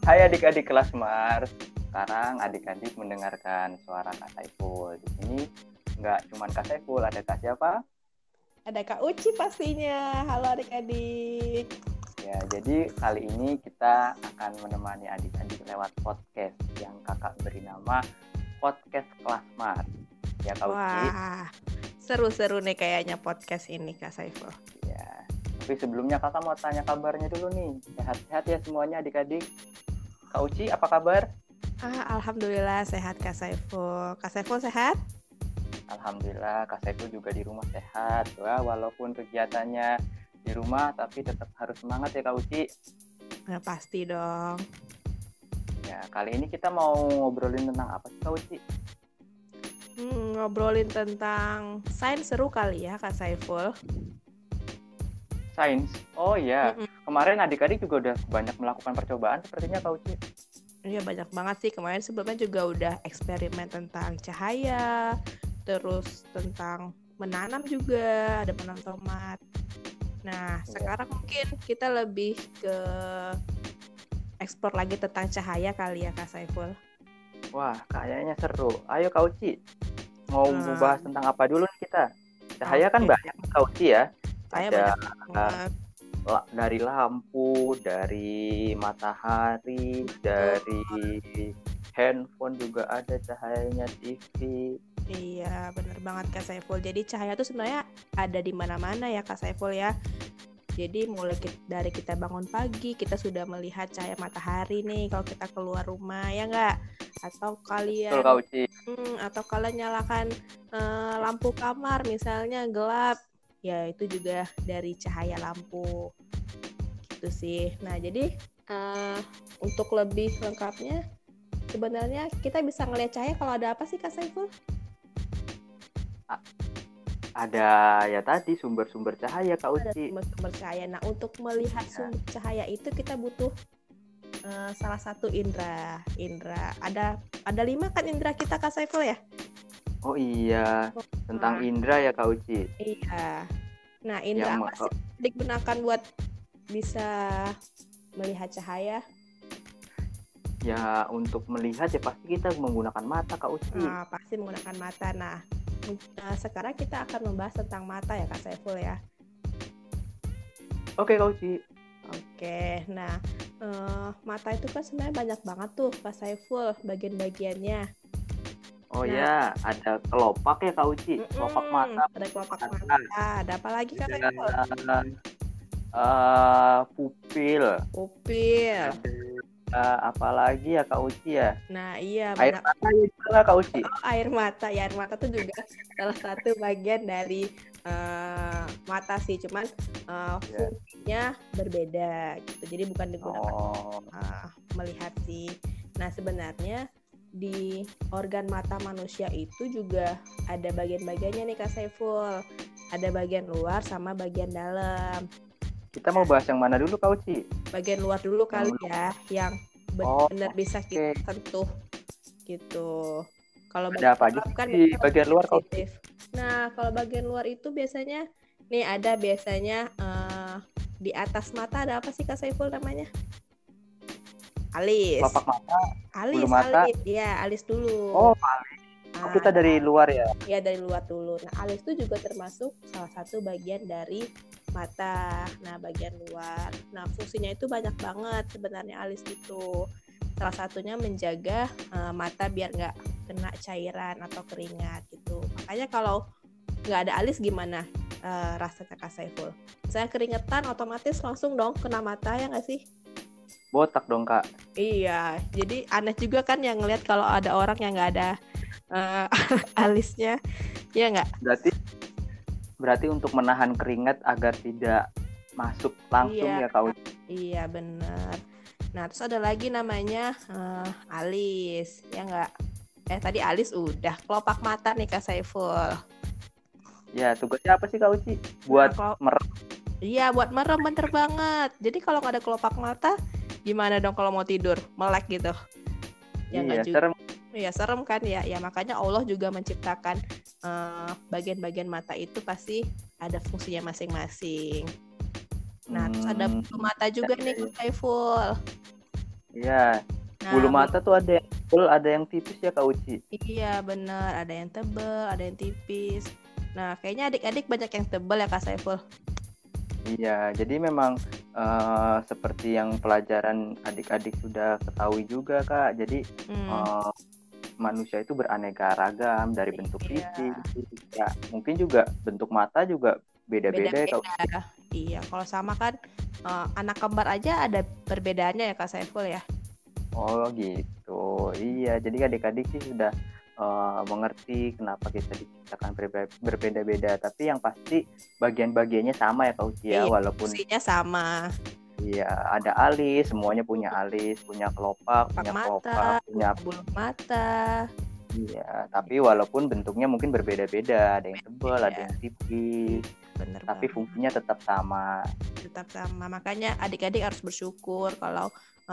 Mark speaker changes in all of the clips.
Speaker 1: Hai adik-adik kelas Mars. Sekarang adik-adik mendengarkan suara Kak Saiful. Di sini nggak cuma Kak Saiful, ada Kak siapa?
Speaker 2: Ada Kak Uci pastinya. Halo adik-adik.
Speaker 1: Ya, jadi kali ini kita akan menemani adik-adik lewat podcast yang kakak beri nama Podcast Kelas Mars. Ya Kak Uci?
Speaker 2: Wah, seru-seru nih kayaknya podcast ini Kak Saiful.
Speaker 1: Ya, tapi sebelumnya kakak mau tanya kabarnya dulu nih. Sehat-sehat ya semuanya adik-adik. Kak Uci, apa kabar?
Speaker 2: Alhamdulillah sehat Kak Saiful. Kak Saiful sehat?
Speaker 1: Alhamdulillah, Kak Saiful juga di rumah sehat. Wah, walaupun kegiatannya di rumah, tapi tetap harus semangat ya Kak Uci.
Speaker 2: Nah, pasti dong.
Speaker 1: Ya, kali ini kita mau ngobrolin tentang apa sih Kak Uci?
Speaker 2: Ngobrolin tentang sains seru kali ya Kak Saiful.
Speaker 1: Sains? Oh iya, kemarin adik-adik juga udah banyak melakukan percobaan sepertinya Kak Uci.
Speaker 2: Iya banyak banget sih. Kemarin sebelumnya juga udah eksperimen tentang cahaya, terus tentang menanam juga, ada menanam tomat. Nah, sekarang mungkin kita lebih ke eksplor lagi tentang cahaya kali ya Kak Saiful.
Speaker 1: Wah, kayaknya seru. Ayo Kak Uci, mau bahas tentang apa dulu nih kita? Cahaya kan banyak Kak Uci ya.
Speaker 2: Cahaya
Speaker 1: ada
Speaker 2: banyak
Speaker 1: dari lampu, dari matahari, dari handphone juga ada cahayanya, TV.
Speaker 2: Iya, benar banget Kak Saiful. Jadi cahaya itu sebenarnya ada di mana-mana ya Kak Saiful ya. Jadi mulai dari kita bangun pagi, kita sudah melihat cahaya matahari nih kalau kita keluar rumah, ya nggak? Atau kalian atau kalian nyalakan lampu kamar misalnya gelap, ya itu juga dari cahaya lampu. Gitu sih. Nah, jadi untuk lebih lengkapnya sebenarnya kita bisa ngelihat cahaya kalau ada apa sih Kak Saiful?
Speaker 1: Ada ya tadi sumber-sumber cahaya Kak Uci.
Speaker 2: Sumber cahaya. Nah, untuk melihat sumber cahaya itu kita butuh salah satu indera. Ada 5 kan indera kita Kak Saiful ya?
Speaker 1: Oh iya, tentang indera ya Kak Uci.
Speaker 2: Iya. Nah, indera apa sih digunakan buat bisa melihat cahaya?
Speaker 1: Ya, untuk melihat ya pasti kita menggunakan mata Kak Uci.
Speaker 2: Nah, pasti menggunakan mata. Nah, sekarang kita akan membahas tentang mata ya Kak Saiful ya.
Speaker 1: Oke Kak Uci.
Speaker 2: Oke, nah mata itu kan sebenarnya banyak banget tuh Kak Saiful bagian-bagiannya.
Speaker 1: Oh ya, ada kelopak ya Kak Uci. Kelopak mata.
Speaker 2: Ada kelopak mata. Ada apa lagi Kak Saiful?
Speaker 1: Pupil. Apalagi ya Kak Uci ya?
Speaker 2: Nah iya.
Speaker 1: Air mata ya juga Kak Uci.
Speaker 2: Air mata itu juga salah satu bagian dari mata sih, cuman fungsinya berbeda gitu. Jadi bukan digunakan melihat sih. Nah sebenarnya di organ mata manusia itu juga ada bagian-bagiannya nih Kak Saiful. Ada bagian luar sama bagian dalam.
Speaker 1: Kita mau bahas yang mana dulu Kak Uci?
Speaker 2: Bagian luar dulu kali ya, yang benar-benar bisa kita sentuh gitu. Kalau
Speaker 1: ada apa aja kan di bagian luar Kak Uci?
Speaker 2: Nah, kalau bagian luar itu biasanya nih ada biasanya di atas mata ada apa sih Kak Saiful namanya? Alis.
Speaker 1: Kelopak mata.
Speaker 2: Alis,
Speaker 1: mata.
Speaker 2: Ya, alis dulu.
Speaker 1: Oh, alis. Kita dari luar ya?
Speaker 2: Iya, dari luar dulu. Nah, alis itu juga termasuk salah satu bagian dari mata. Nah, bagian luar. Nah, fungsinya itu banyak banget sebenarnya alis itu. Salah satunya menjaga mata biar nggak kena cairan atau keringat gitu. Makanya kalau nggak ada alis gimana rasanya Kak Saiful? Saya keringetan otomatis langsung dong kena mata, ya nggak sih?
Speaker 1: Botak dong Kak.
Speaker 2: Iya, jadi aneh juga kan yang ngeliat kalau ada orang yang nggak ada alisnya, ya nggak?
Speaker 1: Berarti untuk menahan keringat agar tidak masuk langsung ya Kak Uci?
Speaker 2: Iya benar. Nah terus ada lagi namanya alis, ya nggak? Tadi alis udah. Kelopak mata nih Kak Saiful.
Speaker 1: Ya tugasnya apa sih Kak Uci? Buat merem?
Speaker 2: Iya buat merem, bener banget. Jadi kalau nggak ada kelopak mata gimana dong kalau mau tidur? Melek gitu. Ya
Speaker 1: iya serem.
Speaker 2: Iya serem kan ya. Ya makanya Allah juga menciptakan bagian-bagian mata itu pasti ada fungsinya masing-masing. Nah terus ada bulu mata juga nih Kak Saiful.
Speaker 1: Iya.
Speaker 2: Nah,
Speaker 1: Bulu mata tuh ada yang tebal, ada yang tipis ya Kak Uci.
Speaker 2: iya bener, ada yang tebel, ada yang tipis. Nah, kayaknya adik-adik banyak yang tebel ya Kak Saiful.
Speaker 1: Iya, jadi memang seperti yang pelajaran adik-adik sudah ketahui juga Kak. Jadi eh, manusia itu beraneka ragam dari bentuk fisik,
Speaker 2: Iya,
Speaker 1: ya mungkin juga bentuk mata juga beda-beda ya Kak.
Speaker 2: beda-beda. Iya, kalau sama kan anak kembar aja ada perbedaannya ya Kak Saiful ya.
Speaker 1: Oh gitu, iya. Jadi adik-adik sih sudah mengerti kenapa kita diciptakan berbeda-beda. Tapi yang pasti bagian-bagiannya sama ya Kak Uci ya,
Speaker 2: Iya,
Speaker 1: walaupun
Speaker 2: fungsinya sama.
Speaker 1: iya ada alis, semuanya punya alis, punya
Speaker 2: Kelopak mata,
Speaker 1: kelopak, punya
Speaker 2: punya bulu mata.
Speaker 1: iya. Tapi walaupun bentuknya mungkin berbeda-beda, ada yang tebal, ada
Speaker 2: Beda.
Speaker 1: yang tipis,
Speaker 2: Bener
Speaker 1: tapi
Speaker 2: banget.
Speaker 1: fungsinya tetap sama.
Speaker 2: Tetap sama. Makanya adik-adik harus bersyukur kalau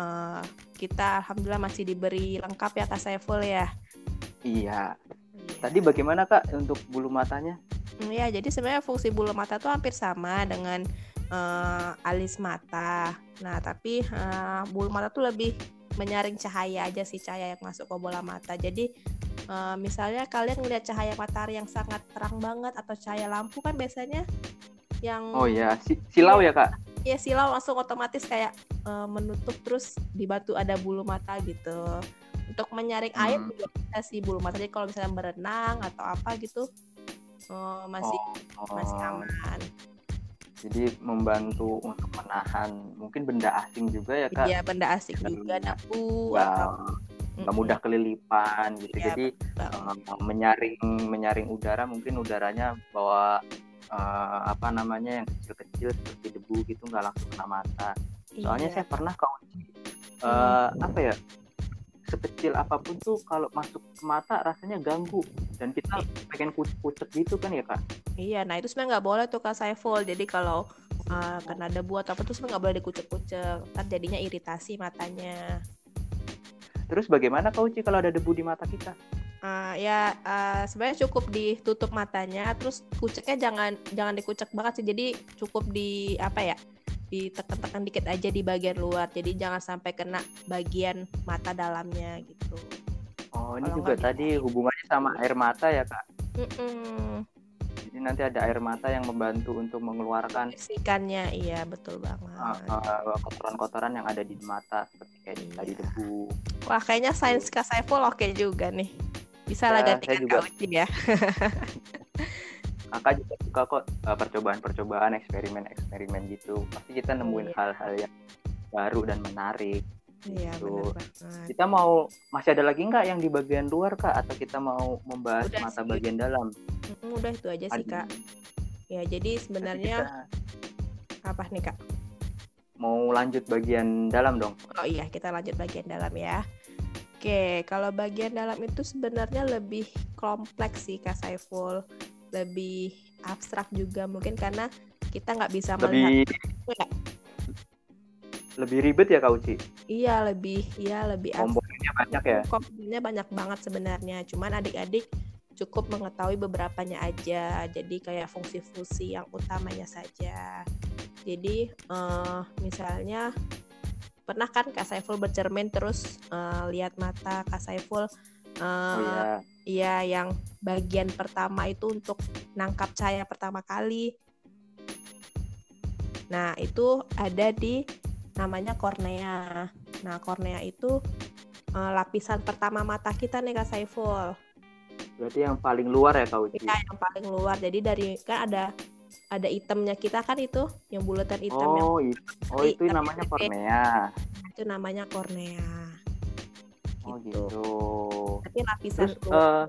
Speaker 2: kita alhamdulillah masih diberi lengkap ya Kak Saiful ya.
Speaker 1: Iya.
Speaker 2: Iya.
Speaker 1: Tadi bagaimana Kak untuk bulu matanya?
Speaker 2: Ya, jadi sebenarnya fungsi bulu mata tuh hampir sama dengan alis mata. Nah, tapi bulu mata tuh lebih menyaring cahaya aja sih, cahaya yang masuk ke bola mata. Jadi misalnya kalian ngeliat cahaya matahari yang sangat terang banget atau cahaya lampu kan biasanya yang
Speaker 1: Oh ya, silau ya Kak?
Speaker 2: ya silau langsung otomatis kayak menutup terus dibantu ada bulu mata gitu. Untuk menyaring air juga bisa sih bulu mata. Jadi kalau misalnya berenang atau apa gitu masih masih
Speaker 1: Oh,
Speaker 2: aman.
Speaker 1: jadi membantu untuk menahan mungkin benda asing juga ya Kak?
Speaker 2: Iya, benda asing juga,
Speaker 1: Dan
Speaker 2: debu atau
Speaker 1: nggak mudah kelilipan gitu.
Speaker 2: iya
Speaker 1: Jadi
Speaker 2: betul banget.
Speaker 1: menyaring udara, mungkin udaranya bawa apa namanya yang kecil-kecil seperti debu gitu nggak langsung kena mata. Soalnya
Speaker 2: Iya.
Speaker 1: saya pernah kau apa ya, sekecil apapun tuh kalau masuk ke mata rasanya ganggu dan kita pengen kucek-kucek gitu kan ya Kak?
Speaker 2: Iya, nah itu sebenarnya nggak boleh tuh Kak Saiful. Jadi kalau kena debu atau apa tuh sebenarnya nggak boleh dikucek-kucek. Ntar jadinya iritasi matanya.
Speaker 1: Terus bagaimana Kak Uci kalau ada debu di mata kita?
Speaker 2: Sebenarnya cukup ditutup matanya, terus kuceknya jangan dikucek banget sih. Jadi cukup di apa ya? Ditekan-tekan dikit aja di bagian luar. Jadi jangan sampai kena bagian mata dalamnya gitu.
Speaker 1: Oh, ini
Speaker 2: Kalau
Speaker 1: juga
Speaker 2: nggak
Speaker 1: tadi hubungannya sama air mata ya Kak?
Speaker 2: Mm-mm.
Speaker 1: Jadi nanti ada air mata yang membantu untuk mengeluarkan
Speaker 2: Bersihkannya, iya betul banget.
Speaker 1: kotoran-kotoran yang ada di mata seperti kayak tadi
Speaker 2: Iya.
Speaker 1: debu.
Speaker 2: Wah, kayaknya sains Kak Saiful oke juga nih. Bisa lah
Speaker 1: Ya, saya
Speaker 2: gantikan
Speaker 1: juga
Speaker 2: Kak Uci ya.
Speaker 1: kakak juga suka kok percobaan-percobaan, eksperimen-eksperimen gitu. Pasti kita nemuin
Speaker 2: Iya,
Speaker 1: hal-hal yang baru dan menarik
Speaker 2: iya bener
Speaker 1: gitu.
Speaker 2: banget.
Speaker 1: Kita masih ada lagi nggak yang di bagian luar Kak? Atau kita mau membahas
Speaker 2: Udah
Speaker 1: mata
Speaker 2: sih,
Speaker 1: bagian dalam?
Speaker 2: udah itu aja sih Kak.
Speaker 1: Ada.
Speaker 2: Ya, jadi
Speaker 1: Nanti
Speaker 2: sebenarnya
Speaker 1: kita
Speaker 2: apa nih Kak?
Speaker 1: mau lanjut bagian dalam dong.
Speaker 2: Oh iya, kita lanjut bagian dalam ya. Oke, kalau bagian dalam itu sebenarnya lebih kompleks sih Kak Saiful. Lebih abstrak juga mungkin karena kita nggak bisa melihat.
Speaker 1: Lebih ribet ya Kak Uci?
Speaker 2: Iya, lebih abstrak.
Speaker 1: Komponennya banyak ya?
Speaker 2: Komponennya banyak banget sebenarnya. Cuman adik-adik cukup mengetahui beberapanya aja. Jadi kayak fungsi-fungsi yang utamanya saja. Jadi misalnya pernah kan Kak Saiful bercermin terus lihat mata Kak Saiful
Speaker 1: Oh iya.
Speaker 2: iya yang bagian pertama itu untuk nangkap cahaya pertama kali. Nah, itu ada di namanya kornea. Nah, kornea itu lapisan pertama mata kita nih Kak Saiful.
Speaker 1: Berarti yang paling luar ya Kak Uci?
Speaker 2: Iya, yang paling luar. Jadi dari kan ada itemnya kita kan itu, yang bulatan hitam yang
Speaker 1: itu namanya kornea.
Speaker 2: itu namanya kornea.
Speaker 1: Oh
Speaker 2: Gitu.
Speaker 1: gitu.
Speaker 2: Tapi lapisan
Speaker 1: Terus
Speaker 2: luar.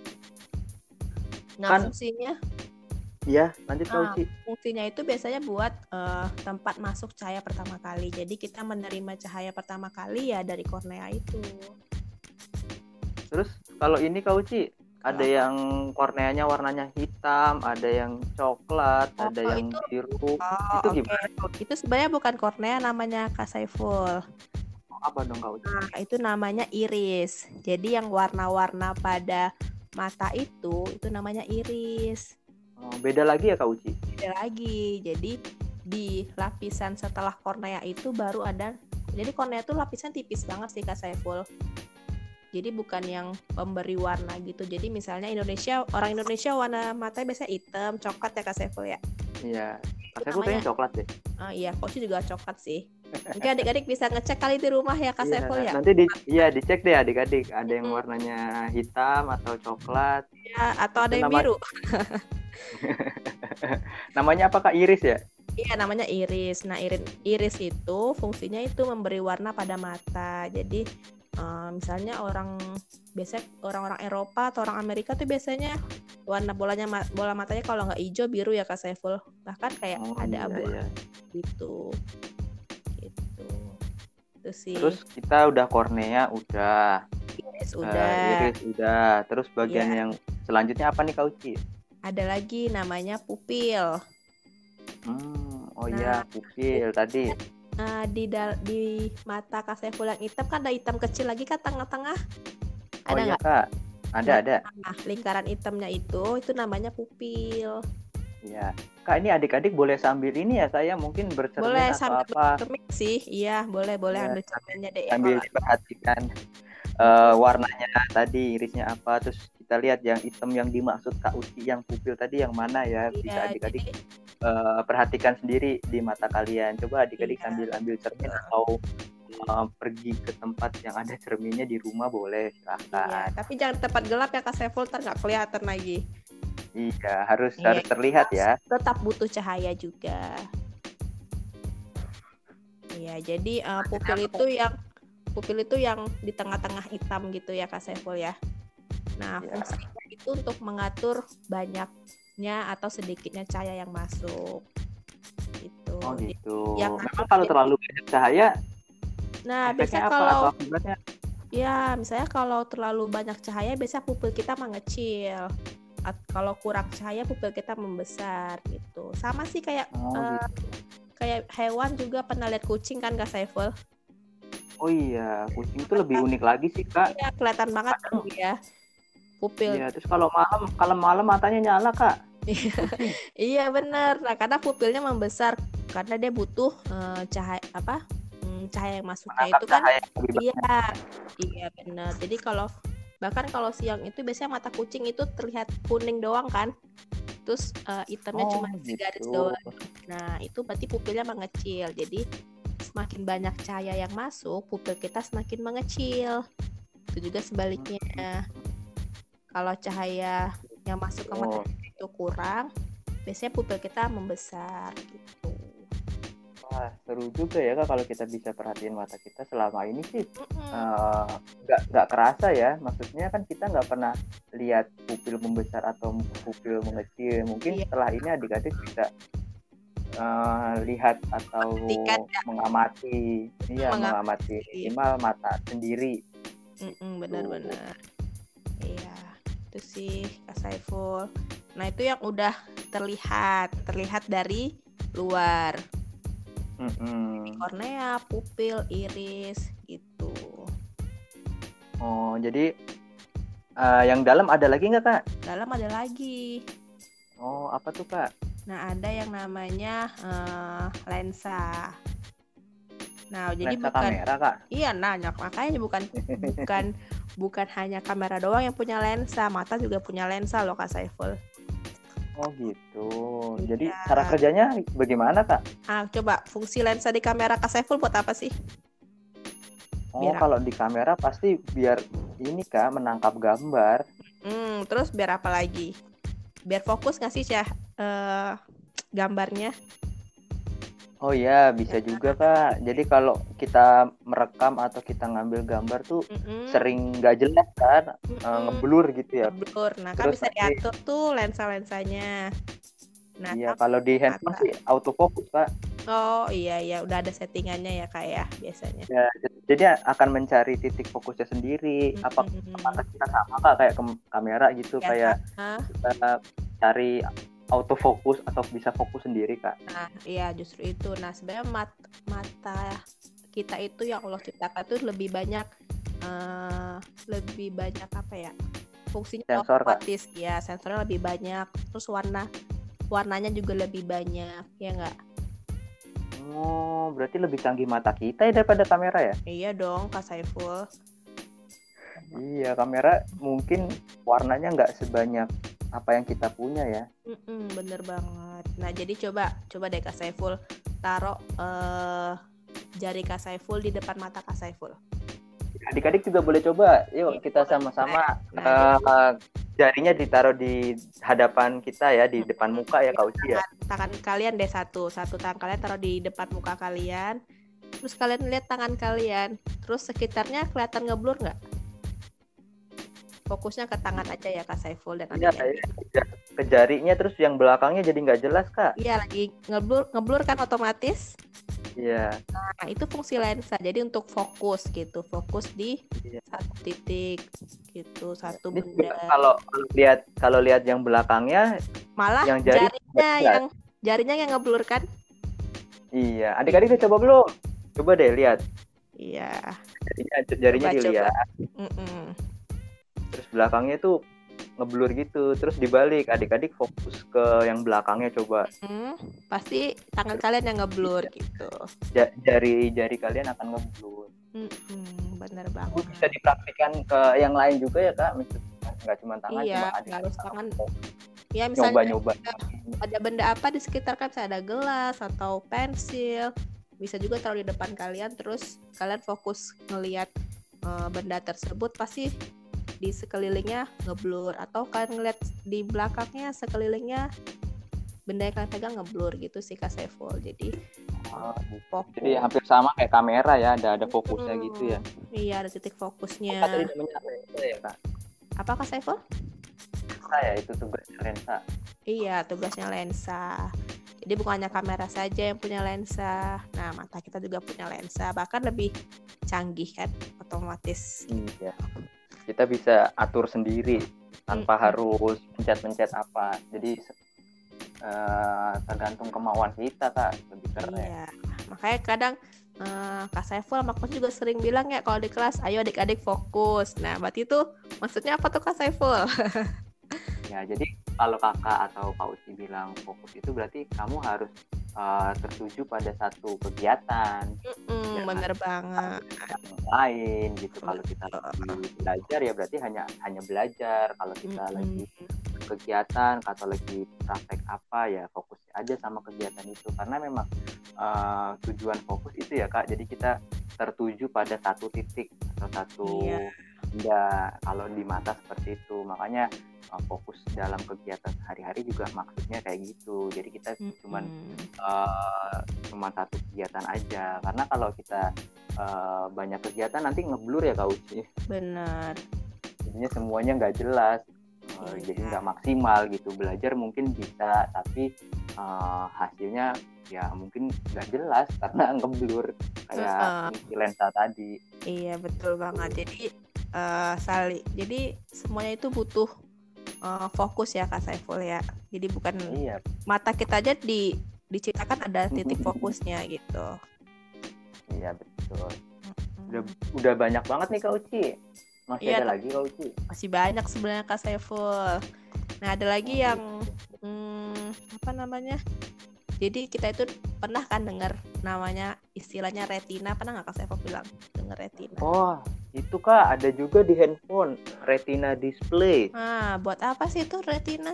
Speaker 2: Nah,
Speaker 1: kan
Speaker 2: fungsinya
Speaker 1: ya lanjut Kak Uci.
Speaker 2: fungsinya itu biasanya buat tempat masuk cahaya pertama kali. Jadi kita menerima cahaya pertama kali ya dari kornea itu.
Speaker 1: Terus kalau ini Kak Uci, ada
Speaker 2: apa?
Speaker 1: yang korneanya warnanya hitam, ada yang coklat, ada yang
Speaker 2: itu
Speaker 1: biru. Itu
Speaker 2: oke.
Speaker 1: gimana?
Speaker 2: Itu sebenarnya bukan kornea, namanya Kak Saiful.
Speaker 1: Apa dong Kak Uci?
Speaker 2: Nah, itu namanya iris. Jadi yang warna-warna pada mata itu namanya iris.
Speaker 1: Beda lagi ya Kak Uci?
Speaker 2: Beda lagi. Jadi di lapisan setelah kornea itu baru ada Jadi kornea tuh lapisan tipis banget sih Kak Saiful. Jadi bukan yang pemberi warna gitu. Jadi misalnya orang Indonesia warna matanya biasanya hitam, coklat ya Kak Saiful ya.
Speaker 1: Iya.
Speaker 2: Itu
Speaker 1: Saya kayaknya coklat deh.
Speaker 2: Iya, Koci juga coklat sih. Mungkin adik-adik bisa ngecek kali di rumah ya Kak Saiful ya.
Speaker 1: Nanti dicek deh adik-adik. Ada yang warnanya hitam atau coklat.
Speaker 2: Ya, atau ada yang biru.
Speaker 1: Namanya apa Kak? Iris ya?
Speaker 2: Iya, namanya iris. Nah, iris itu fungsinya itu memberi warna pada mata. Jadi misalnya biasanya orang-orang Eropa atau orang Amerika tuh biasanya warna bola matanya kalau nggak hijau biru ya Kak Saiful. Bahkan kayak ada abu gitu. Itu sih.
Speaker 1: Terus kita udah kornea udah.
Speaker 2: Iris udah.
Speaker 1: Terus bagian yang selanjutnya apa nih Kak Uci?
Speaker 2: Ada lagi namanya pupil.
Speaker 1: Pupil tadi.
Speaker 2: Di mata Kak Saiful yang hitam kan ada hitam kecil lagi kan tengah-tengah.
Speaker 1: Ada nggak? Kak. Ada.
Speaker 2: Nah, lingkaran hitamnya itu namanya pupil.
Speaker 1: Iya. Kak, ini adik-adik boleh sambil ini ya, saya mungkin bercermin
Speaker 2: boleh,
Speaker 1: atau apa?
Speaker 2: Bercermin sih. Iya, boleh ambil cerminnya deh.
Speaker 1: Sambil diperhatikan warnanya tadi, irisnya apa, terus kita lihat yang hitam yang dimaksud Kak Uci yang pupil tadi yang mana ya. Bisa adik-adik perhatikan sendiri di mata kalian. Coba adik-adik sambil ambil cermin atau pergi ke tempat yang ada cerminnya di rumah boleh, silahkan.
Speaker 2: Iya, tapi jangan tempat gelap ya Kak Saiful, ntar nggak kelihatan lagi.
Speaker 1: Iya, harus terlihat ya.
Speaker 2: Tetap butuh cahaya juga. Iya, jadi pupil itu yang di tengah-tengah hitam gitu ya Kak Saiful ya. Nah, fungsinya itu untuk mengatur banyaknya atau sedikitnya cahaya yang masuk. Gitu.
Speaker 1: Oh gitu. Memang kalau terlalu banyak cahaya,
Speaker 2: nah biasanya misalnya kalau terlalu banyak cahaya biasanya pupil kita mengecil. Kalau kurang cahaya pupil kita membesar gitu. Sama sih kayak kayak hewan juga, pernah lihat kucing kan Kak Saiful?
Speaker 1: Oh iya, kucing itu lebih unik lagi sih Kak.
Speaker 2: Iya, kelihatan banget ya pupil.
Speaker 1: Iya, terus kalau malam matanya nyala Kak.
Speaker 2: Iya benar. Nah, karena pupilnya membesar karena dia butuh cahaya yang masuknya itu kan. Iya benar. Jadi bahkan kalau siang itu biasanya mata kucing itu terlihat kuning doang kan. Terus hitamnya cuma segaris doang. Nah, itu berarti pupilnya mengecil. Jadi semakin banyak cahaya yang masuk, pupil kita semakin mengecil. Itu juga sebaliknya. Kalau cahaya yang masuk ke mata itu kurang, biasanya pupil kita membesar gitu.
Speaker 1: Wah, seru juga ya Kak kalau kita bisa perhatiin mata kita. Selama ini sih nggak kerasa ya. Maksudnya kan kita nggak pernah lihat pupil membesar atau pupil mengecil. Mungkin setelah ini adik-adik bisa lihat atau mengamati minimal mata sendiri.
Speaker 2: Benar-benar. Iya, itu sih Kak Saiful. Nah, itu yang udah terlihat dari luar. Kornea, pupil, iris gitu.
Speaker 1: Oh, jadi yang dalam ada lagi nggak Kak?
Speaker 2: Dalam ada lagi.
Speaker 1: Oh, apa tuh Kak?
Speaker 2: Nah, ada yang namanya lensa. Nah, jadi
Speaker 1: lensa kamera Kak?
Speaker 2: Iya, makanya bukan hanya kamera doang yang punya lensa, mata juga punya lensa loh Kak Saiful.
Speaker 1: Oh gitu. Jadi cara kerjanya bagaimana Kak?
Speaker 2: Coba fungsi lensa di kamera Kak Saiful buat apa sih?
Speaker 1: Kalau di kamera pasti biar ini Kak menangkap gambar.
Speaker 2: Terus biar apa lagi? Biar fokus nggak sih gambarnya?
Speaker 1: Oh iya, bisa juga Kak. Jadi kalau kita merekam atau kita ngambil gambar tuh sering nggak jelas kan, ngeblur gitu ya.
Speaker 2: Ngeblur. Nah, kan bisa diatur tuh lensa-lensanya. Nah,
Speaker 1: iya, kalau di handphone sih autofocus Kak.
Speaker 2: Oh iya, udah ada settingannya ya Kak ya biasanya.
Speaker 1: Ya, jadi akan mencari titik fokusnya sendiri. Apakah kita sama Kak kayak kamera gitu, kayak kita cari autofokus atau bisa fokus sendiri Kak?
Speaker 2: Nah iya justru itu. Nah sebenarnya mata kita itu yang Allah ciptakan itu lebih banyak apa ya, fungsinya otomatis ya, sensornya lebih banyak, terus warnanya juga lebih banyak ya nggak?
Speaker 1: Oh, berarti lebih canggih mata kita ya daripada kamera ya?
Speaker 2: Iya dong, Kak Saiful.
Speaker 1: Iya, kamera mungkin warnanya nggak sebanyak apa yang kita punya ya.
Speaker 2: Bener banget. Nah, jadi coba deh Kak Saiful taruh jari Kak Saiful di depan mata Kak Saiful.
Speaker 1: Adik-adik juga boleh coba. Yuk kita sama-sama jarinya ditaruh di hadapan kita ya, di depan muka ya Kak Uci ya.
Speaker 2: Tangan kalian deh satu tangan kalian taruh di depan muka kalian. Terus kalian lihat tangan kalian. Terus sekitarnya kelihatan ngeblur nggak? Fokusnya ke tangan aja ya Kak Saiful dan
Speaker 1: Iya, ke jarinya, terus yang belakangnya jadi nggak jelas Kak.
Speaker 2: Iya, lagi ngeblur kan otomatis.
Speaker 1: Iya.
Speaker 2: Nah, itu fungsi lensa. Jadi untuk fokus gitu, fokus di satu titik gitu, satu
Speaker 1: ini
Speaker 2: benda.
Speaker 1: Kalau lihat yang belakangnya,
Speaker 2: malah
Speaker 1: yang
Speaker 2: jarinya yang ngeblur kan?
Speaker 1: Iya, adik-adik udah coba belum? Coba deh lihat.
Speaker 2: Iya.
Speaker 1: Jarinya dilihat. Terus belakangnya tuh ngeblur gitu, terus dibalik, adik-adik fokus ke yang belakangnya coba.
Speaker 2: Pasti tangan kalian yang ngeblur gitu.
Speaker 1: Jari kalian akan ngeblur.
Speaker 2: Bener banget.
Speaker 1: Bisa dipraktikkan ke yang lain juga ya Kak, nggak cuma tangan.
Speaker 2: Iya, nggak harus tangan. Ya misalnya nyoba. Ada benda apa di sekitar kan, bisa ada gelas atau pensil, bisa juga taruh di depan kalian, terus kalian fokus ngelihat benda tersebut, pasti di sekelilingnya ngeblur, atau kalian ngeliat di belakangnya sekelilingnya benda yang kalian pegang ngeblur gitu sih Kak Saiful. Jadi
Speaker 1: jadi hampir sama kayak kamera ya, ada fokusnya gitu ya.
Speaker 2: Iya, ada titik fokusnya.
Speaker 1: Tadi namanya lensa ya Kak?
Speaker 2: Apa Kak Saiful?
Speaker 1: Lensa ya, itu tugasnya lensa.
Speaker 2: Iya, tugasnya lensa. Jadi bukan hanya kamera saja yang punya lensa. Nah, mata kita juga punya lensa, bahkan lebih canggih kan, otomatis.
Speaker 1: Iya. Kita bisa atur sendiri tanpa harus pencet-pencet apa. Jadi tergantung kemauan kita Kak, lebih keren.
Speaker 2: Iya. Makanya kadang Kak Saiful sama Coach juga sering bilang ya kalau di kelas, ayo adik-adik fokus. Nah, berarti itu maksudnya apa tuh Kak Saiful?
Speaker 1: Ya, jadi kalau kakak atau Kak Uci bilang fokus itu berarti kamu harus tertuju pada satu kegiatan.
Speaker 2: Bener banget.
Speaker 1: Yang lain gitu. Kalau kita lagi belajar ya berarti hanya belajar. Kalau kita lagi kegiatan atau lagi praktek apa ya fokus aja sama kegiatan itu. Karena memang tujuan fokus itu ya Kak. Jadi kita tertuju pada satu titik atau satu benda. Kalau di mata seperti itu. Makanya fokus dalam kegiatan sehari-hari juga maksudnya kayak gitu. Jadi kita cuma satu kegiatan aja. Karena kalau kita banyak kegiatan nanti ngeblur ya Kak Uci.
Speaker 2: Benar.
Speaker 1: Jadinya semuanya nggak jelas. Jadi nggak maksimal gitu. Belajar mungkin bisa, tapi hasilnya ya mungkin nggak jelas karena ngeblur kayak lensa tadi.
Speaker 2: Iya, betul banget. Jadi jadi semuanya itu butuh fokus ya Kak Saiful ya. Jadi bukan mata kita aja diciptakan ada titik fokusnya gitu.
Speaker 1: Iya, betul. Udah banyak banget nih Kak Uci. Masih ada lagi Kak Uci?
Speaker 2: Masih banyak sebenarnya Kak Saiful. Nah, ada lagi yang apa namanya? Jadi kita itu pernah kan dengar namanya istilahnya retina. Pernah nggak Kak Saiful bilang dengar retina?
Speaker 1: Oh, itu Kak ada juga di handphone, retina display.
Speaker 2: Nah, buat apa sih itu retina?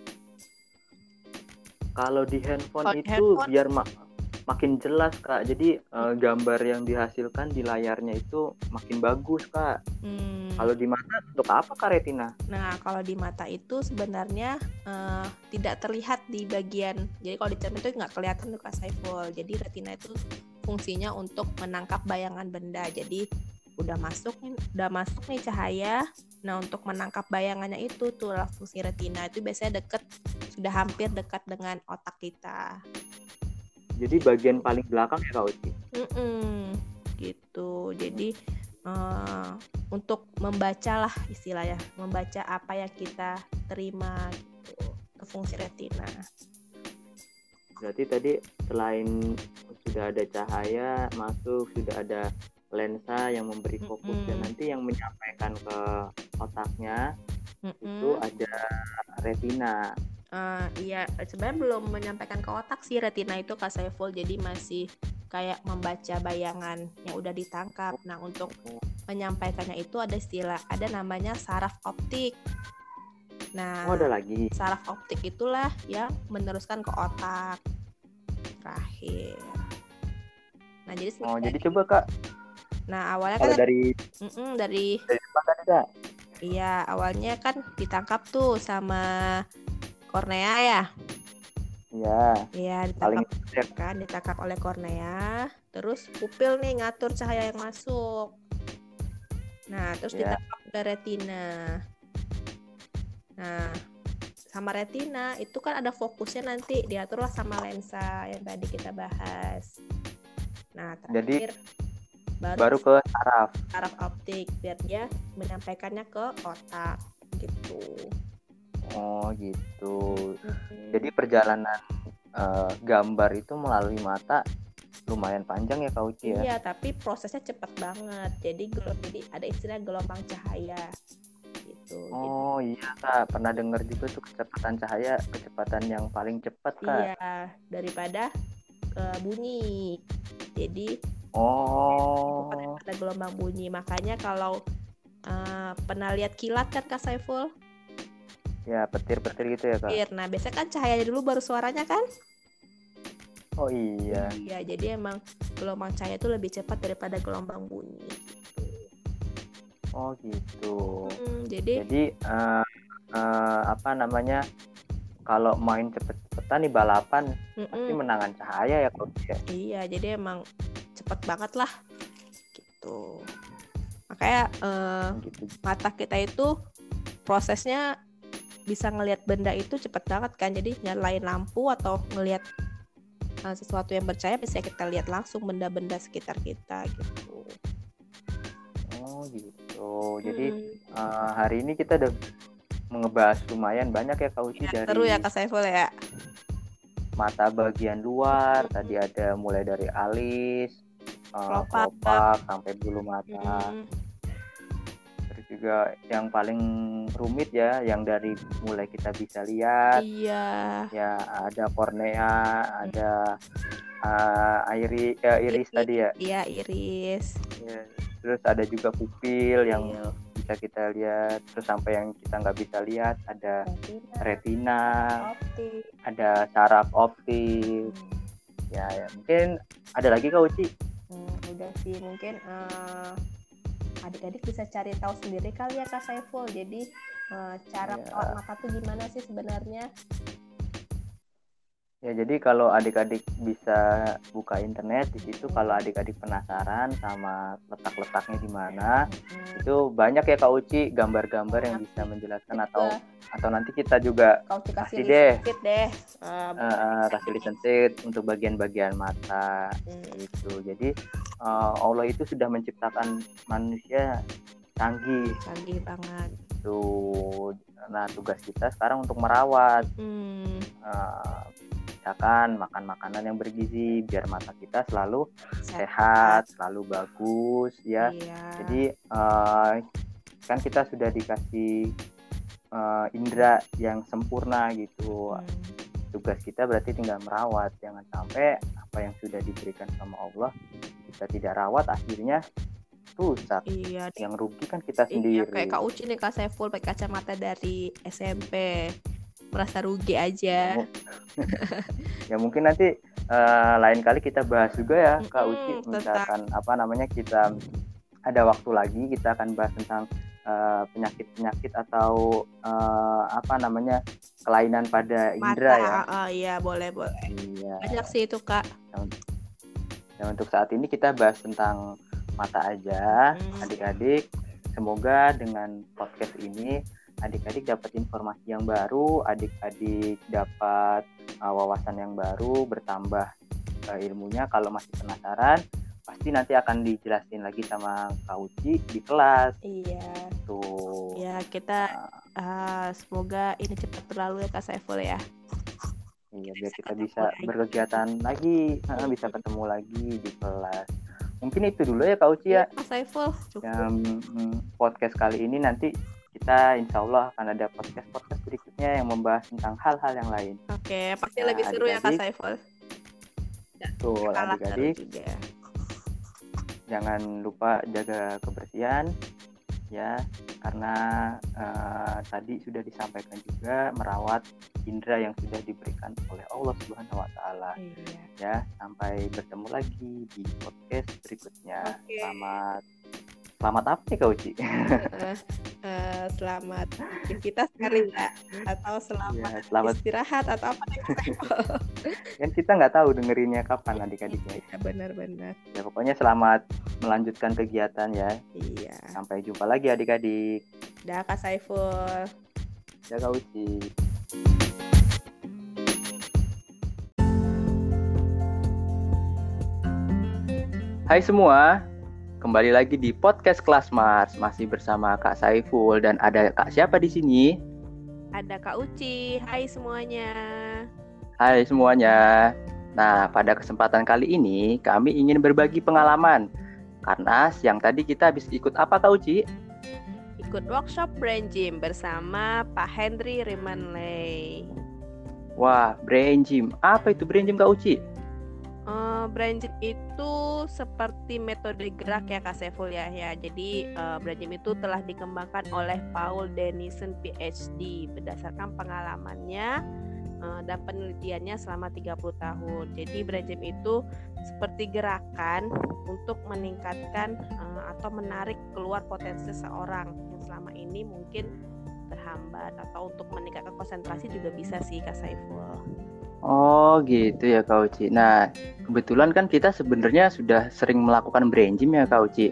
Speaker 1: Kalau di handphone biar makin jelas Kak. Jadi gambar yang dihasilkan di layarnya itu makin bagus Kak. Kalau di mata untuk apa Kak retina?
Speaker 2: Nah, kalau di mata itu sebenarnya tidak terlihat di bagian. Jadi kalau di cermin itu nggak kelihatan tuh Kak Saiful. Jadi retina itu fungsinya untuk menangkap bayangan benda. Jadi udah masuk nih cahaya. Nah, untuk menangkap bayangannya itu tuh fungsi retina. Itu biasanya sudah hampir dekat dengan otak kita.
Speaker 1: Jadi bagian paling belakang ya Kak Uci?
Speaker 2: Gitu. Jadi untuk membaca lah istilahnya, membaca apa yang kita terima gitu, ke fungsi retina.
Speaker 1: Berarti tadi selain sudah ada cahaya masuk, sudah ada lensa yang memberi fokus dan nanti yang menyampaikan ke otaknya itu ada retina.
Speaker 2: Iya, sebenarnya belum menyampaikan ke otak sih retina itu Kak Saiful, jadi masih kayak membaca bayangan yang udah ditangkap. Nah, untuk menyampaikannya itu ada istilah, ada namanya saraf optik. Nah,
Speaker 1: ada lagi.
Speaker 2: saraf optik itulah yang meneruskan ke otak terakhir. Nah, jadi
Speaker 1: jadi coba Kak.
Speaker 2: Nah, awalnya
Speaker 1: kalau
Speaker 2: kan
Speaker 1: dari depan tadi Kak.
Speaker 2: Iya, awalnya kan ditangkap tuh sama kornea ya. Iya, ditangkap oleh kornea, terus pupil nih ngatur cahaya yang masuk. Nah, terus ditangkap ke retina. Nah, sama retina itu kan ada fokusnya, nanti diaturlah sama lensa yang tadi kita bahas. Nah, terakhir
Speaker 1: baru ke
Speaker 2: saraf optik biar dia menyampaikannya ke otak gitu.
Speaker 1: Oh gitu. Jadi perjalanan gambar itu melalui mata lumayan panjang ya Kak Uci ya?
Speaker 2: Iya, tapi prosesnya cepat banget. Jadi ada istilah gelombang cahaya gitu.
Speaker 1: Oh iya Kak, pernah dengar juga tuh kecepatan cahaya, kecepatan yang paling cepat Kak.
Speaker 2: Iya, daripada bunyi. Jadi pada gelombang bunyi. Makanya kalau pernah lihat kilat kan Kak Saiful?
Speaker 1: Ya, petir-petir gitu ya Kak?
Speaker 2: Petir. Nah, biasanya kan cahaya dulu baru suaranya kan?
Speaker 1: Oh iya.
Speaker 2: Iya, jadi emang gelombang cahaya itu lebih cepat daripada gelombang bunyi gitu.
Speaker 1: Oh gitu.
Speaker 2: Jadi
Speaker 1: apa namanya? Kalau main cepet-cepetan nih balapan, pasti menangan cahaya ya Kak Uci ya?
Speaker 2: Iya, jadi emang cepet banget lah gitu. Makanya mata kita itu prosesnya bisa ngelihat benda itu cepet banget kan. Jadi nyalain lampu atau ngelihat sesuatu yang bercahaya bisa kita lihat langsung benda-benda sekitar kita gitu.
Speaker 1: Oh gitu. Jadi hari ini kita udah ngebahas lumayan banyak ya Kak Uci dari
Speaker 2: seru ya Kak Saiful ya.
Speaker 1: Mata bagian luar, tadi ada mulai dari alis, kelopak sampai bulu mata. Terus juga yang paling rumit ya, yang dari mulai kita bisa lihat.
Speaker 2: Iya.
Speaker 1: Ya ada kornea, ada iris tadi ya.
Speaker 2: Iya, iris.
Speaker 1: Ya, terus ada juga pupil yang bisa kita lihat, terus sampai yang kita nggak bisa lihat ada retina, ada saraf optik. Ya mungkin ada lagi Kak Uci?
Speaker 2: Udah sih, mungkin adik-adik bisa cari tahu sendiri kali ya Kak Saiful. Jadi cara merawat mata tuh gimana sih sebenarnya? Ya,
Speaker 1: jadi kalau adik-adik bisa buka internet di situ, kalau adik-adik penasaran sama letak-letaknya di mana, itu banyak ya Kak Uci gambar-gambar yang bisa menjelaskan, atau nanti kita juga kasih deh kasih listen sheet untuk bagian-bagian mata gitu. Jadi Allah itu sudah menciptakan manusia canggih banget. Tuh, nah tugas kita sekarang untuk merawat. Misalkan makan makanan yang bergizi biar mata kita selalu sehat, selalu bagus ya. Jadi kan kita sudah dikasih indera yang sempurna gitu. Tugas kita berarti tinggal merawat, jangan sampai apa yang sudah diberikan sama Allah kita tidak rawat, akhirnya rusak. Yang rugi kan kita sendiri.
Speaker 2: Kayak Kak Uci nih Kak Saiful pakai kacamata dari SMP, merasa rugi aja.
Speaker 1: Ya mungkin nanti lain kali kita bahas juga ya Kak Uci, misalkan kita ada waktu lagi kita akan bahas tentang penyakit-penyakit atau kelainan pada indera ya.
Speaker 2: Iya, boleh. Iya. Banyak sih itu Kak.
Speaker 1: Nah, untuk saat ini kita bahas tentang mata aja. Adik-adik, semoga dengan podcast ini adik-adik dapat informasi yang baru, adik-adik dapat wawasan yang baru, bertambah ilmunya. Kalau masih penasaran, pasti nanti akan dijelasin lagi sama Kak Uci di kelas. Iya. Tuh. Ya, kita semoga ini cepat berlalu ya Kak Saiful ya. Iya, biar kita bisa berkegiatan lagi, bisa ketemu lagi di kelas. Mungkin itu dulu ya Kak Uci ya. Kak Saiful, cukup. Podcast kali ini nanti kita insya Allah akan ada podcast berikutnya yang membahas tentang hal-hal yang lain.
Speaker 2: Oke, pasti lebih seru ya Kak Saiful.
Speaker 1: Betul, adik-adik. Jangan lupa jaga kebersihan ya, karena tadi sudah disampaikan juga merawat indera yang sudah diberikan oleh Allah Subhanahu wa taala.
Speaker 2: Iya.
Speaker 1: Ya, sampai bertemu lagi di podcast berikutnya.
Speaker 2: Oke.
Speaker 1: Selamat apa nih Kak Uci?
Speaker 2: Selamat kita sekali ya, atau selamat istirahat atau apa nih?
Speaker 1: Kan kita nggak tahu dengerinnya kapan adik-adiknya.
Speaker 2: Ya, benar-benar.
Speaker 1: Ya pokoknya selamat melanjutkan kegiatan ya.
Speaker 2: Iya.
Speaker 1: Sampai jumpa lagi adik-adik.
Speaker 2: Dah Kak Saiful.
Speaker 1: Dah Kak Uci. Hai semua. Kembali lagi di podcast Kelas Mars, masih bersama Kak Saiful dan ada Kak siapa di sini?
Speaker 2: Ada Kak Uci. Hai semuanya.
Speaker 1: Hai semuanya. Nah, pada kesempatan kali ini kami ingin berbagi pengalaman. Karena siang tadi kita habis ikut apa Kak Uci?
Speaker 2: Ikut workshop Brain Gym bersama Pak Henry Rimanley.
Speaker 1: Wah, Brain Gym. Apa itu Brain Gym Kak Uci?
Speaker 2: Brain Gym itu seperti metode gerak ya Kak Saiful ya. Jadi Brain Gym itu telah dikembangkan oleh Paul Denison PhD berdasarkan pengalamannya dan penelitiannya selama 30 tahun. Jadi Brain Gym itu seperti gerakan untuk meningkatkan atau menarik keluar potensi seseorang yang selama ini mungkin terhambat, atau untuk meningkatkan konsentrasi juga bisa sih Kak Saiful.
Speaker 1: Oh gitu ya Kak Uci. Nah kebetulan kan kita sebenarnya sudah sering melakukan Brain Gym ya Kak Uci.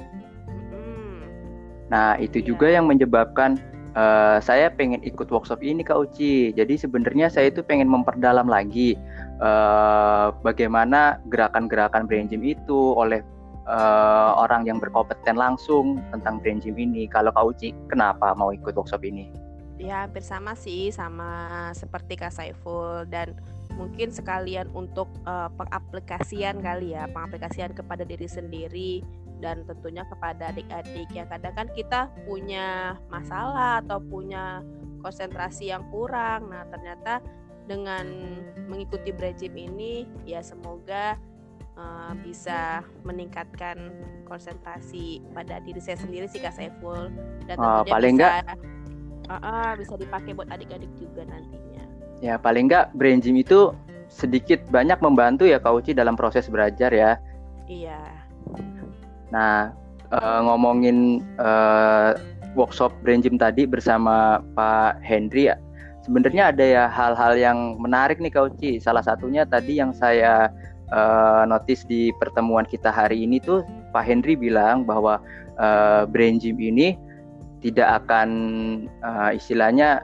Speaker 1: Nah itu juga yang menyebabkan saya pengen ikut workshop ini Kak Uci. Jadi sebenarnya saya itu pengen memperdalam lagi bagaimana gerakan-gerakan Brain Gym itu oleh orang yang berkompeten langsung tentang Brain Gym ini. Kalau Kak Uci kenapa mau ikut workshop ini?
Speaker 2: Ya hampir sama sih, sama seperti Kak Saiful, dan mungkin sekalian untuk pengaplikasian kali ya, pengaplikasian kepada diri sendiri dan tentunya kepada adik-adik ya. Kadang kan kita punya masalah atau punya konsentrasi yang kurang. Nah ternyata dengan mengikuti Brain Gym ini ya semoga bisa meningkatkan konsentrasi pada diri saya sendiri sih Kak Saiful, dan tentunya
Speaker 1: paling
Speaker 2: bisa dipakai buat adik-adik juga nantinya.
Speaker 1: Ya paling nggak Brain Gym itu sedikit banyak membantu ya Kak Uci dalam proses belajar ya.
Speaker 2: Iya.
Speaker 1: Nah ngomongin workshop Brain Gym tadi bersama Pak Henry ya, sebenarnya ada ya hal-hal yang menarik nih Kak Uci. Salah satunya tadi yang saya notice di pertemuan kita hari ini tuh Pak Henry bilang bahwa Brain Gym ini tidak akan istilahnya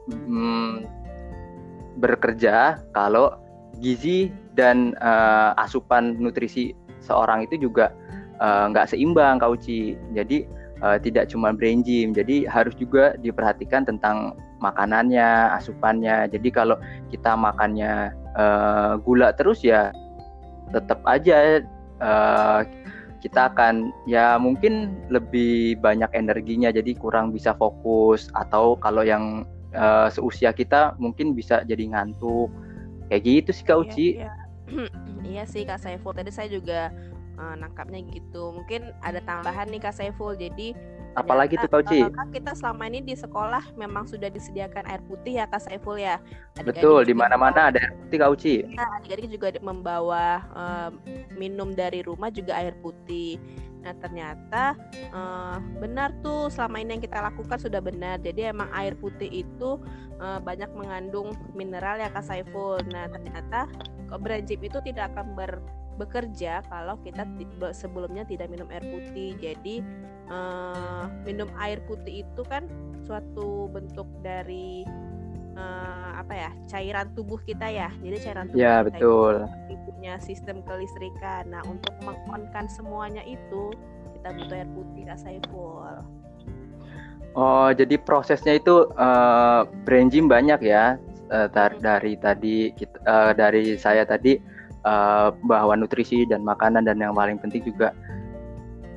Speaker 1: bekerja kalau gizi dan asupan nutrisi seorang itu juga nggak seimbang Kak Uci. Jadi tidak cuma Brain Gym, jadi harus juga diperhatikan tentang makanannya, asupannya. Jadi kalau kita makannya gula terus ya tetap aja kita akan ya mungkin lebih banyak energinya, jadi kurang bisa fokus, atau kalau yang seusia kita mungkin bisa jadi ngantuk kayak gitu sih Kak Uci.
Speaker 2: Iya sih Kak Saiful, tadi saya juga nangkapnya gitu. Mungkin ada tambahan nih Kak Saiful, jadi
Speaker 1: apalagi tuh Kak Uci?
Speaker 2: Kita selama ini di sekolah memang sudah disediakan air putih ya Kak Saiful ya.
Speaker 1: Betul, di mana-mana ada air putih Kak Uci.
Speaker 2: Ya, adik-adik juga membawa minum dari rumah juga air putih. Nah ternyata benar tuh, selama ini yang kita lakukan sudah benar. Jadi emang air putih itu banyak mengandung mineral ya Kak Saiful. Nah ternyata Brain Gym itu tidak akan bekerja kalau kita sebelumnya tidak minum air putih. Jadi minum air putih itu kan suatu bentuk dari cairan tubuh kita ya. Jadi cairan tubuh
Speaker 1: ya,
Speaker 2: kita
Speaker 1: betul.
Speaker 2: Itu punya sistem kelistrikan. Nah untuk meng-on-kan semuanya itu kita butuh air putih Kak Saiful.
Speaker 1: Oh jadi prosesnya itu Brain Gym banyak ya. Dari tadi dari saya tadi bahwa nutrisi dan makanan, dan yang paling penting juga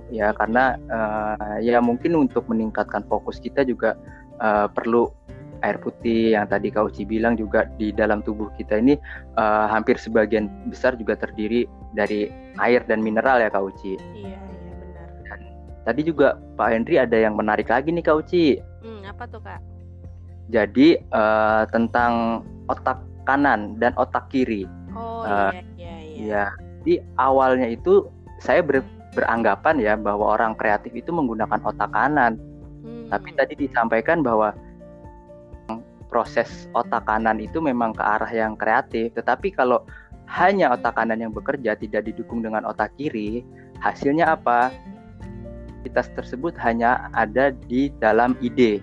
Speaker 1: ya, karena ya mungkin untuk meningkatkan fokus kita juga perlu air putih yang tadi Kak Uci bilang. Juga di dalam tubuh kita ini hampir sebagian besar juga terdiri dari air dan mineral ya Kak Uci.
Speaker 2: Iya benar.
Speaker 1: Dan tadi juga Pak Henry ada yang menarik lagi nih Kak Uci.
Speaker 2: Apa tuh Kak?
Speaker 1: Jadi tentang otak kanan dan otak kiri.
Speaker 2: Oh iya.
Speaker 1: Ya, di awalnya itu saya beranggapan ya bahwa orang kreatif itu menggunakan otak kanan. Tapi tadi disampaikan bahwa proses otak kanan itu memang ke arah yang kreatif. Tetapi kalau hanya otak kanan yang bekerja, tidak didukung dengan otak kiri, hasilnya apa? Aktivitas tersebut hanya ada di dalam ide.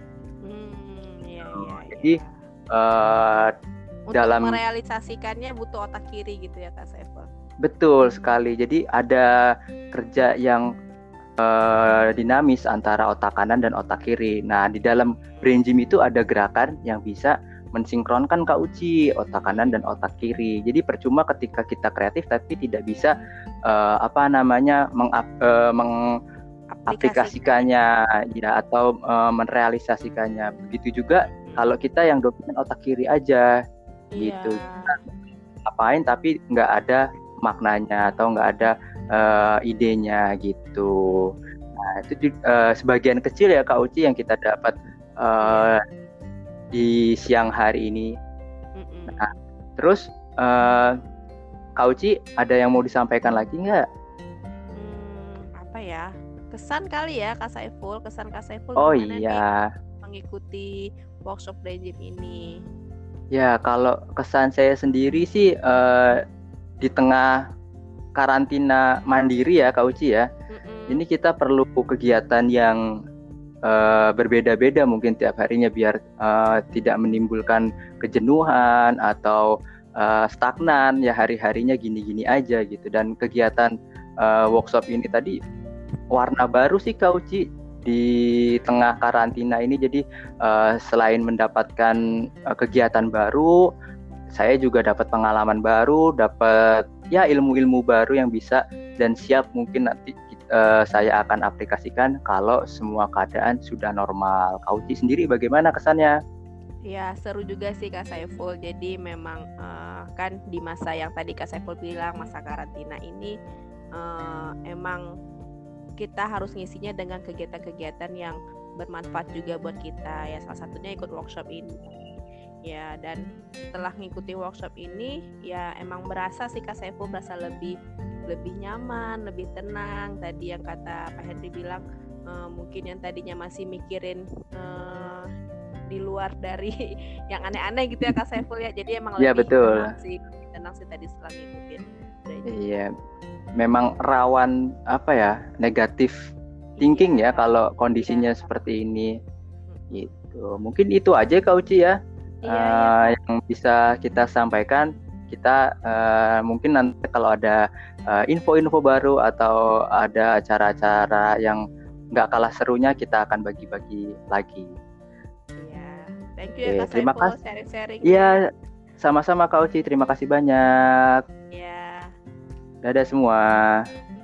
Speaker 1: Jadi
Speaker 2: untuk
Speaker 1: dalam
Speaker 2: merealisasikannya butuh otak kiri gitu ya Kak Saiful.
Speaker 1: Betul sekali. Jadi ada kerja yang dinamis antara otak kanan dan otak kiri. Nah, di dalam brain gym itu ada gerakan yang bisa mensinkronkan Kak Uci, otak kanan dan otak kiri. Jadi percuma ketika kita kreatif tapi tidak bisa mengaplikasikannya ya, atau merealisasikannya. Begitu juga kalau kita yang dominan otak kiri aja gitu. Kita ngapain tapi nggak ada maknanya atau nggak ada idenya gitu. Nah, itu sebagian kecil ya Kak Uci yang kita dapat di siang hari ini. Nah, terus Kak Uci ada yang mau disampaikan lagi nggak?
Speaker 2: Apa ya? Kesan kali ya Kak Saiful, kesan Kak Saiful
Speaker 1: iya
Speaker 2: mengikuti workshop brain gym ini.
Speaker 1: Ya, kalau kesan saya sendiri sih di tengah karantina mandiri ya Kak Uci ya. Ini kita perlu kegiatan yang berbeda-beda mungkin tiap harinya biar tidak menimbulkan kejenuhan atau stagnan ya, hari-harinya gini-gini aja gitu. Dan kegiatan workshop ini tadi warna baru sih Kak Uci di tengah karantina ini. Jadi selain mendapatkan kegiatan baru, saya juga dapat pengalaman baru, dapat ya ilmu-ilmu baru yang bisa dan siap mungkin nanti saya akan aplikasikan kalau semua keadaan sudah normal. Kak Uci sendiri bagaimana kesannya?
Speaker 2: Ya seru juga sih Kak Saiful. Jadi memang kan di masa yang tadi Kak Saiful bilang, masa karantina ini emang kita harus ngisinya dengan kegiatan-kegiatan yang bermanfaat juga buat kita ya. Salah satunya ikut workshop ini. Ya, dan setelah ngikuti workshop ini ya emang berasa sih Kak Saiful, berasa lebih nyaman, lebih tenang. Tadi yang kata Pak Henry bilang mungkin yang tadinya masih mikirin di luar dari yang aneh-aneh gitu ya Kak Saiful ya. Jadi emang lebih tenang sih tadi setelah ngikutin.
Speaker 1: Iya, memang rawan negatif thinking ya kalau kondisinya seperti ini. Gitu. Mungkin itu aja Kak Uci ya. Yang bisa kita sampaikan. Kita mungkin nanti kalau ada info-info baru atau ada acara-acara yang nggak kalah serunya, kita akan bagi-bagi lagi.
Speaker 2: Iya, thank you ya Kak
Speaker 1: terima
Speaker 2: Saiful sharing-sharing.
Speaker 1: Iya, sama-sama Kak Uci, terima kasih banyak.
Speaker 2: Iya.
Speaker 1: Dadah semua.